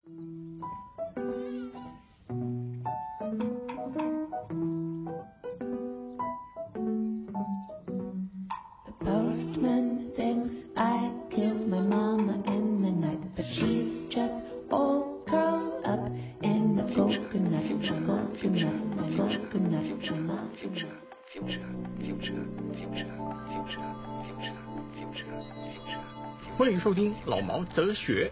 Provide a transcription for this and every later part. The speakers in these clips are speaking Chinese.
Postman thinks I killed my mama in the night, but she's just all curled up in a coconut. 欢迎收听老毛哲学。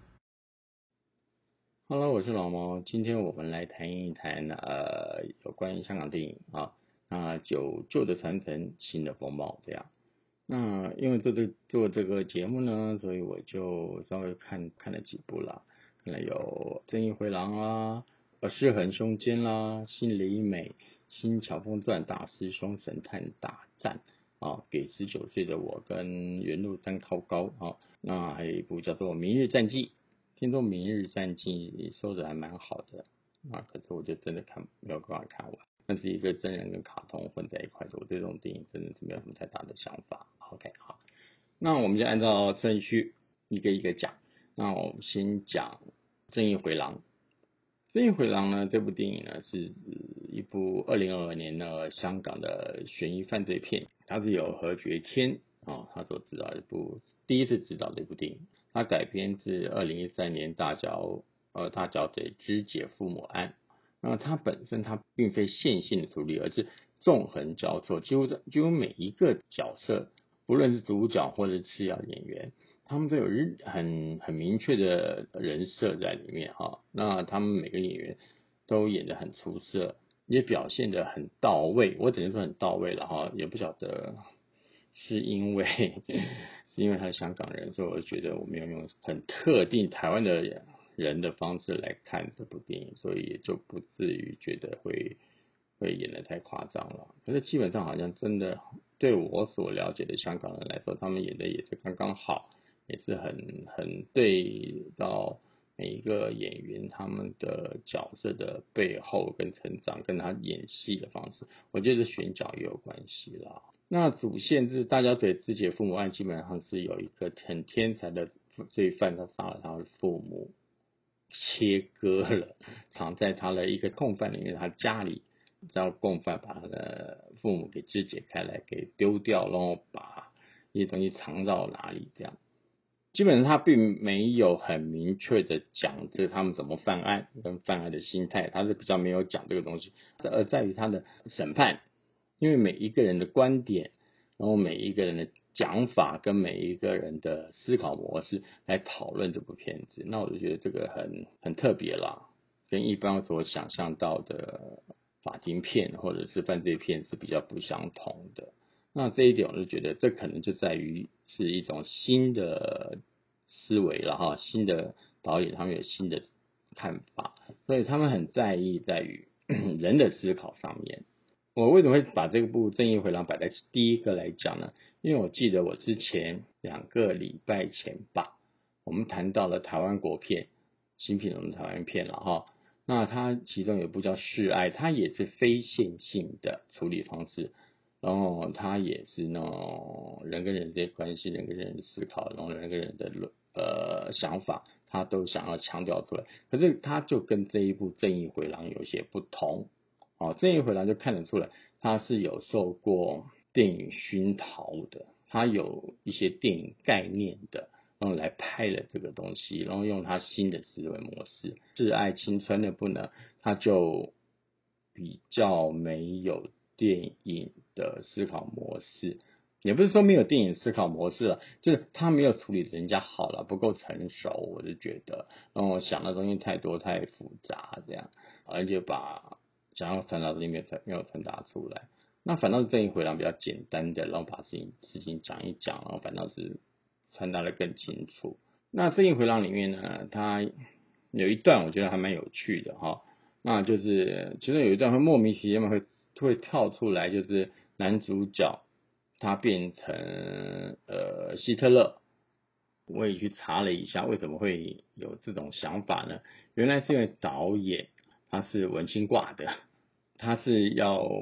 Hello， 我是老毛，今天我们来谈一谈有关于香港电影旧的传承，新的风貌这样。那因为做这个节目呢，所以我就稍微看了几部啦，看了有《正义回廊》啦，尸横凶间啦，新李美，新乔峰传，大师兄神探大战给19岁的我跟原路三靠高那还有一部叫做《明日战记》，听说《明日战记》收的还蛮好的可是我就真的没有办法看完。那是一个真人跟卡通混在一块的，我对这种电影真的是没有什么太大的想法。OK， 好，那我们就按照顺序一个一个讲。那我们先讲《正义回廊》。《正义回廊》呢，这部电影呢是一部2022年的香港的悬疑犯罪片，它是由何爵天他所执导的第一次执导的一部电影。它改编自2013年大脚腿肢解父母案。那它本身并非线性的处理，而是纵横交错，几乎每一个角色，不论是主角或者是次要演员，他们都有很明确的人设在里面那他们每个演员都演得很出色，也表现得很到位，我只能说很到位了也不晓得是因为他是香港人，所以我觉得我们要用很特定台湾的人的方式来看这部电影，所以也就不至于觉得会演得太夸张了。可是基本上好像真的对我所了解的香港人来说，他们演的也是刚刚好，也是很对到每一个演员他们的角色的背后跟成长，跟他演戏的方式，我觉得选角也有关系啦。那主线是大脚腿肢解父母案，基本上是有一个很天才的罪犯，他杀了他的父母，切割了，藏在他的一个共犯里面，他家里让共犯把他的父母给肢解开来，给丢掉，然后把一些东西藏到哪里这样。基本上他并没有很明确的讲这他们怎么犯案跟犯案的心态，他是比较没有讲这个东西，而在于他的审判，因为每一个人的观点，然后每一个人的讲法跟每一个人的思考模式来讨论这部片子，那我就觉得这个很特别啦，跟一般所想象到的法庭片或者是犯罪片是比较不相同的。那这一点我就觉得这可能就在于是一种新的思维了新的导演他们有新的看法，所以他们很在意在于人的思考上面。我为什么会把这部《正义回廊》摆在第一个来讲呢？因为我记得我之前2个礼拜前吧，我们谈到了台湾国片新品种的台湾片了那它其中有一部叫《示爱》，它也是非线性的处理方式，然后它也是那种人跟人之间关系，人跟人的思考，然后人跟人的想法，他都想要强调出来。可是它就跟这一部《正义回廊》有些不同正义回廊就看得出来，它是有受过电影熏陶的，它有一些电影概念的，然后来拍了这个东西，然后用它新的思维模式。挚爱青春的部呢，它就比较没有电影的思考模式，也不是说没有电影思考模式了，就是他没有处理人家好了，不够成熟，我就觉得，然后想的东西太多太复杂这样，而且把想要传达的东西没有传达出来。那反倒是正义回廊比较简单的，然后把事情讲一讲，然后反倒是传达的更清楚。那正义回廊里面呢，它有一段我觉得还蛮有趣的那就是其中有一段会莫名其妙会跳出来，就是男主角他变成希特勒。我也去查了一下为什么会有这种想法呢？原来是因为导演他是文青挂的，他是要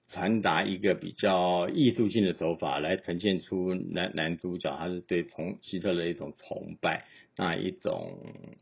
传达一个比较艺术性的手法来呈现出男主角他是对希特勒的一种崇拜，那一种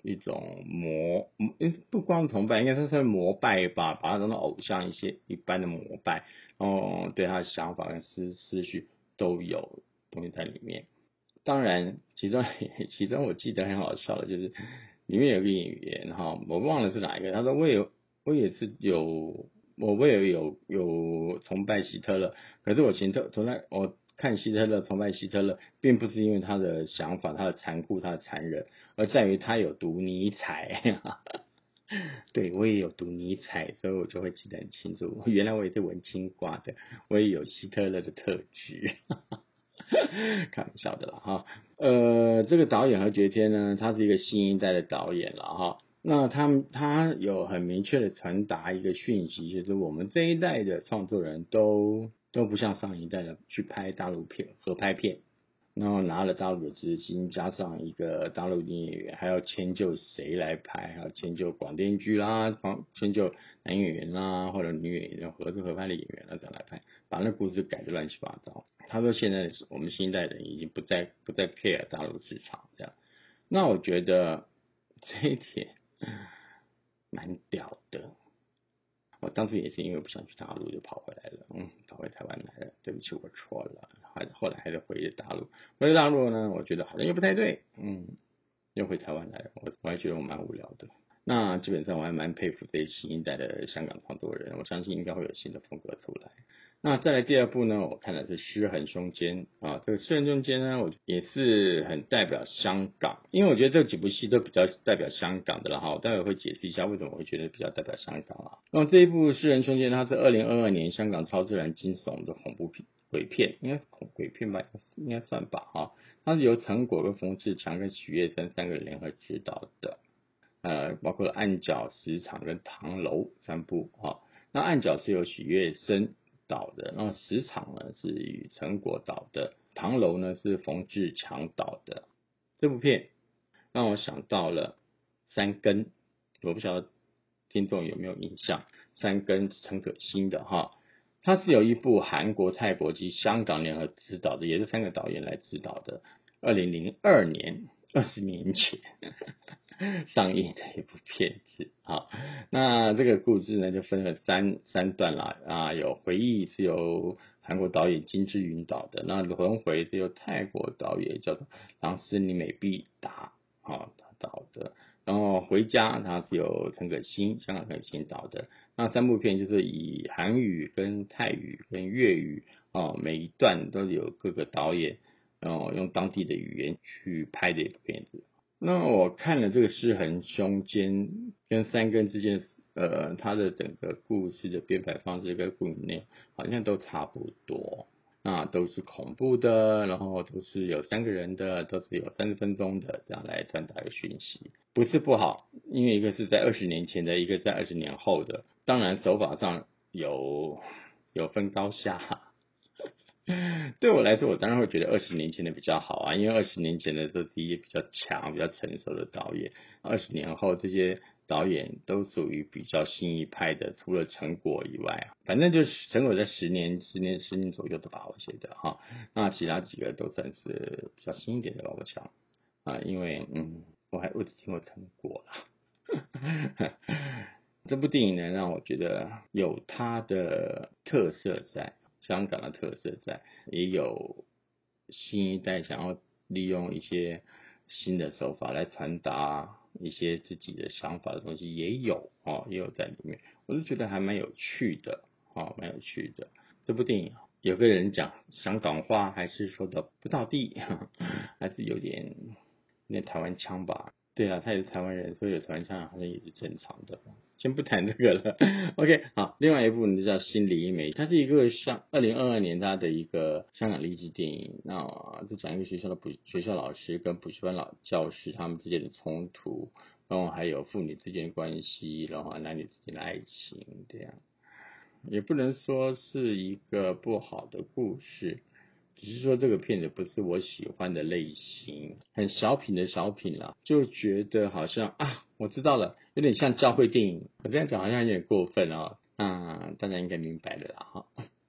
不光崇拜，应该说是膜拜吧，把他当成偶像一般的膜拜，对他的想法跟思绪都有东西在里面。当然其中我记得很好笑的就是里面有个演员我忘了是哪一个，他说我也是我也有崇拜希特勒，可是我看希特勒崇拜希特勒，并不是因为他的想法、他的残酷、他的残忍，而在于他有读尼采。对，我也有读尼采，所以我就会记得很清楚。原来我也是文青挂的，我也有希特勒的特质。开玩笑的啦哈。这个导演何觉天呢，他是一个新一代的导演了哈。那他有很明确的传达一个讯息，就是我们这一代的创作人都不像上一代的去拍大陆片、合拍片，然后拿了大陆的资金，加上一个大陆女演员，还要迁就谁来拍，还要迁就广电局啦，迁就男演员啦，或者女演员合拍的演员这样来拍，把那故事改得乱七八糟。他说现在我们新一代人已经不再 care 大陆市场这样。那我觉得这一点蛮屌的。我当初也是因为不想去大陆就跑回来了，跑回台湾来了，对不起我错了，后来还是回大陆。回大陆呢，我觉得好像又不太对，又回台湾来了，我还觉得我蛮无聊的。那基本上我还蛮佩服这些新一代的香港创作人，我相信应该会有新的风格出来。那再来第二部呢，我看的是《尸横凶间》啊，这个《尸横凶间》呢，我也是很代表香港，因为我觉得这几部戏都比较代表香港的啦哈，我待会会解释一下为什么我会觉得比较代表香港啦。那么这一部《尸横凶间》它是2022年香港超自然惊悚的恐怖鬼片，应该是鬼片吧，应该算吧哈。它是由陈果跟冯志强跟许月生3个人联合执导的，包括了暗角、石场跟唐楼3部哈。那暗角是由许月生导的，那石场呢是与陈果导的，唐楼呢是冯志强导的。这部片让我想到了三更，我不晓得听众有没有印象，三更陈可辛的哈，它是由一部韩国、泰国及香港联合执导的，也是3个导演来执导的，2002年20年前上映的一部片子啊。那这个故事呢就分了三段啦有回忆是由韩国导演金智云导的，那轮回是由泰国导演叫做郎斯尼美碧达他导的，然后回家它是由陈可辛香港陈可辛导的。那3部片就是以韩语跟泰语跟粤语每一段都有各个导演用当地的语言去拍的一部片子。那我看了这个尸横凶间跟三更之间它的整个故事的编排方式跟故事内容好像都差不多，那都是恐怖的，然后都是有3个人的，都是有30分钟的，这样来传达一个讯息，不是不好，因为一个是在20年前的，一个是在20年后的，当然手法上有分高下。对我来说，我当然会觉得20年前的比较好因为20年前的这是一些比较强、比较成熟的导演，20年后这些导演都属于比较新一派的，除了陈果以外，反正就是陈果在10年左右的吧，我觉得哈。那其他几个都算是比较新一点的吧，我想因为我只听过陈果啦。这部电影呢，让我觉得有它的特色在。香港的特色在，也有新一代想要利用一些新的手法来传达一些自己的想法的东西，也有在里面，我是觉得还蛮有趣的蛮有趣的。这部电影有个人讲香港话还是说的不到地，还是有点台湾腔吧。对啊，他也是台湾人，所以有台湾腔好像也是正常的。先不谈这个了。OK， 好，另外一部呢叫《新李一梅》，它是一个2022年它的一个香港励志电影。那就讲一个学校老师跟补习班教师他们之间的冲突，然后还有父女之间的关系，然后男女之间的爱情，这样也不能说是一个不好的故事。只是说这个片子不是我喜欢的类型，很小品的小品啦，就觉得好像我知道了，有点像教会电影。我这样讲好像有点过分那大家应该明白了啦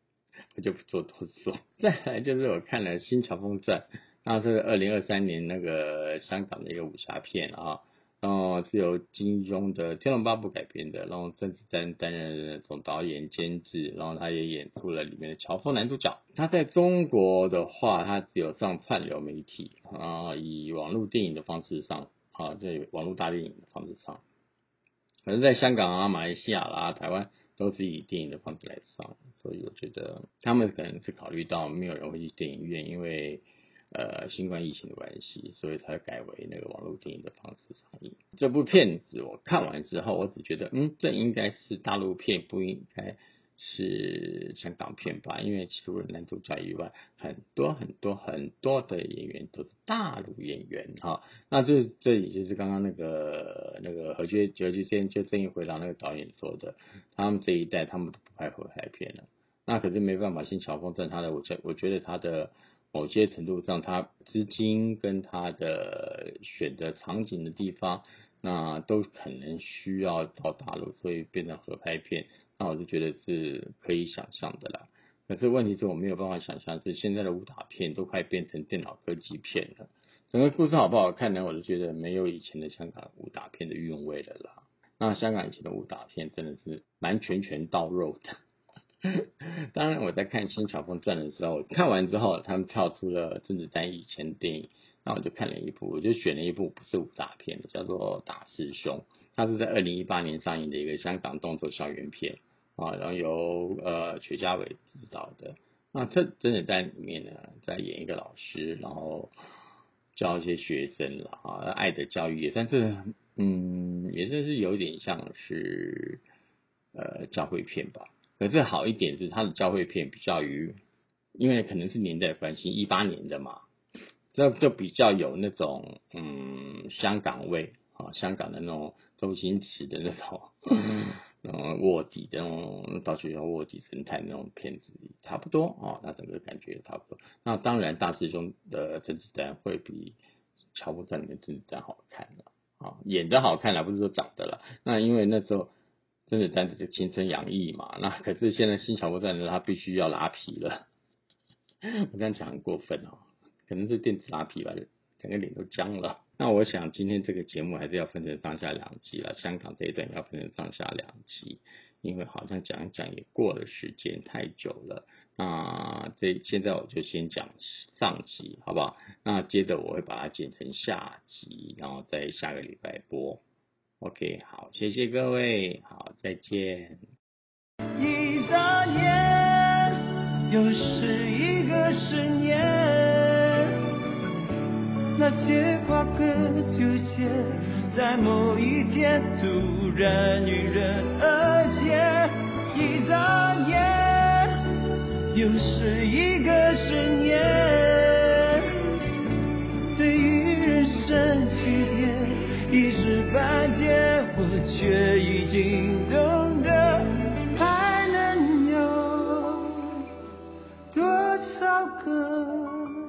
就不做多说。再来就是我看了《新乔峰传》，那是2023年那个香港的一个武侠片啊，然后是由金庸的《天龙八部》改编的，然后甄子丹担任总导演监制，然后他也演出了里面的乔峰男主角。他在中国的话，他只有上串流媒体啊，以网络电影的方式上啊，在网络大电影的方式上。可是在香港啊、马来西亚啦、台湾都是以电影的方式来上，所以我觉得他们可能是考虑到没有人会去电影院，因为新冠疫情的关系，所以才改为那个网络电影的方式上映。这部片子我看完之后，我只觉得这应该是大陆片，不应该是香港片吧，因为除了男主角以外，很多的演员都是大陆演员哈。那这也就是刚刚那个何居先就正义回廊那个导演说的，他们这一代他们都不拍合拍片了。那可是没办法，新乔峰在我觉得他的某些程度上，他资金跟他的选的场景的地方，那都可能需要到大陆，所以变成合拍片。那我就觉得是可以想象的啦。可是问题是我没有办法想象，是现在的武打片都快变成电脑科技片了。整个故事好不好看呢？我就觉得没有以前的香港武打片的韵味了啦。那香港以前的武打片真的是蛮拳到肉的。当然我在看《新乔峰传》的时候，看完之后他们跳出了甄子丹以前的电影，那我就看了一部，我就选了一部不是武打片的，叫做《大师兄》。它是在2018年上映的一个香港动作校园片啊，然后由曲家伟执导的。那这甄子丹里面呢，在演一个老师，然后教一些学生了啊，爱的教育也算是也算是有点像是教会片吧。可是好一点是他的教会片比较因为可能是年代的关系，18年的嘛，这就比较有那种香港味啊，香港的那种周星驰的那种卧底的那种到学校卧底神探那种片子差不多啊，那整个感觉差不多。那当然大师兄的甄子丹会比乔峰传里面甄子丹好看了啊，演的好看了，不是说长得了。那因为那时候甄子丹就青春洋溢嘛，那可是现在新乔峰传呢，他必须要拉皮了。我这样讲很过分哦，可能是电子拉皮吧，整个脸都僵了。那我想今天这个节目还是要分成上下两集了，香港这一段要分成上下两集，因为好像讲一讲也过了时间太久了。那现在我就先讲上集，好不好？那接着我会把它剪成下集，然后在下个礼拜播。OK， 好，谢谢各位，好，再见。 一眨眼，又是一个10年，那些瓜葛纠结，在某一天突然迎刃而解。一眨眼，又是一个10年，对于人生起点一知半解，我却已经懂得，还能有多少个